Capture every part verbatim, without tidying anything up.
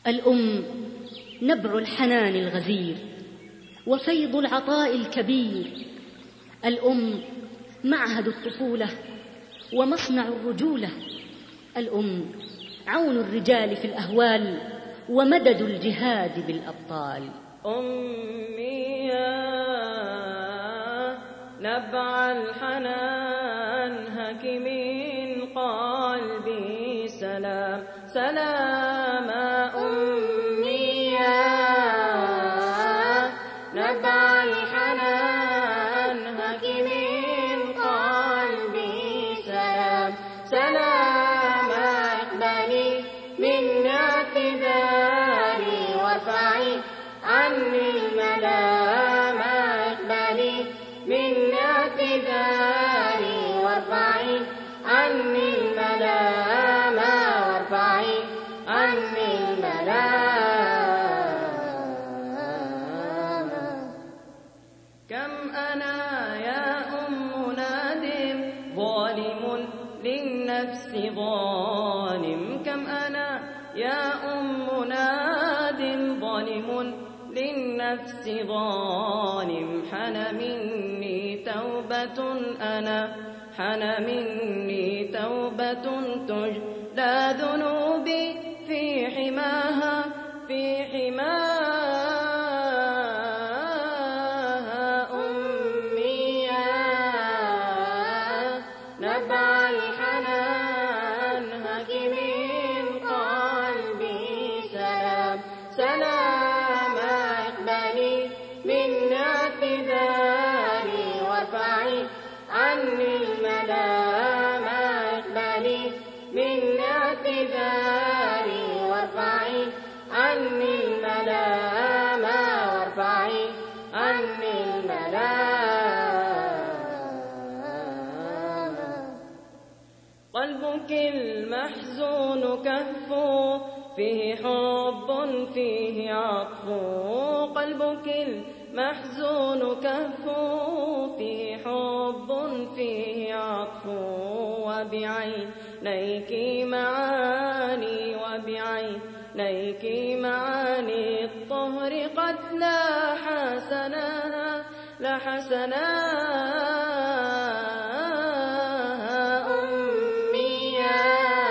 الأم نبع الحنان الغزير وفيض العطاء الكبير. الأم معهد الطفولة ومصنع الرجولة. الأم عون الرجال في الأهوال ومدد الجهاد بالأبطال. أمي يا نبع الحنان هك من قلبي سلام سلام. أمي يا نبع الحنان هك من قلبي سلام سلام. اقبلي من اعتذاري وارفعي عني الملام. اقبلي من اعتذاري وارفعي عني الملام وارفعي عني الملام. كم أنا يا أم نادم ظالم للنفس ظالم. كم أنا يا أم نادم ظالم للنفس ظالم. حن مني توبة أنا حن مني توبة تجلى ذنوبي في حماها في حماها. أمي يا نبع الحنان هك من قلبي سلام سلام. اقبلي من اعتذاري وارفعي عني الملام. اقبلي من اعتذاري وارفعي عني الملام وارفعي عني الملام. قلبك المحزون كهف فيه حب فيه عطف. قلبك المحزون كهف فيه حب فيه عطف. وبعينيك معاني وبعينيك معاني الطهر قد لاح سناها لاح سناها. أمي يا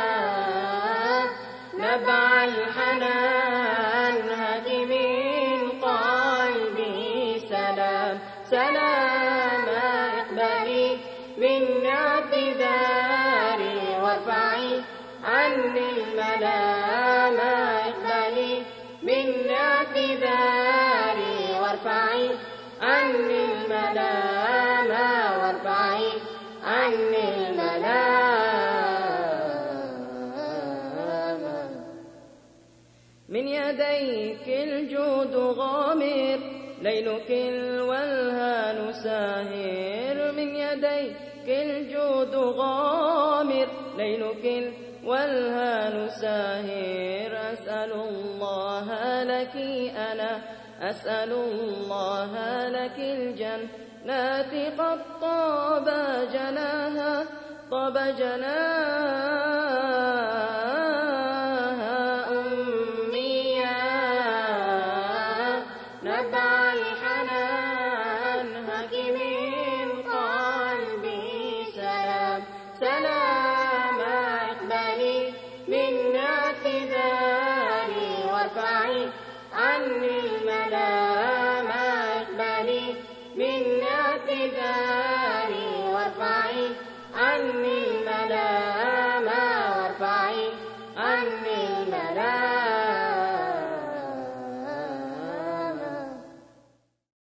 نبع الحنان هك من قلبي سلام سلام. اقبلي من اعتذاري وارفعي عني الملام. اقبلي من اعتذاري وارفعي عني الملام وارفعي عني الملام. من يديك الجود غامر ليلك الولهان ساهر. من يديك الجود غامر ليلك الولهان ساهر. أسأل الله لك أنا أسأل الله لك الجنات قد طاب جناها طاب جناها. أمي يا نبع الحنان هك من قلبي سلام سلام. اقبلي من اعتذاري وارفعي عني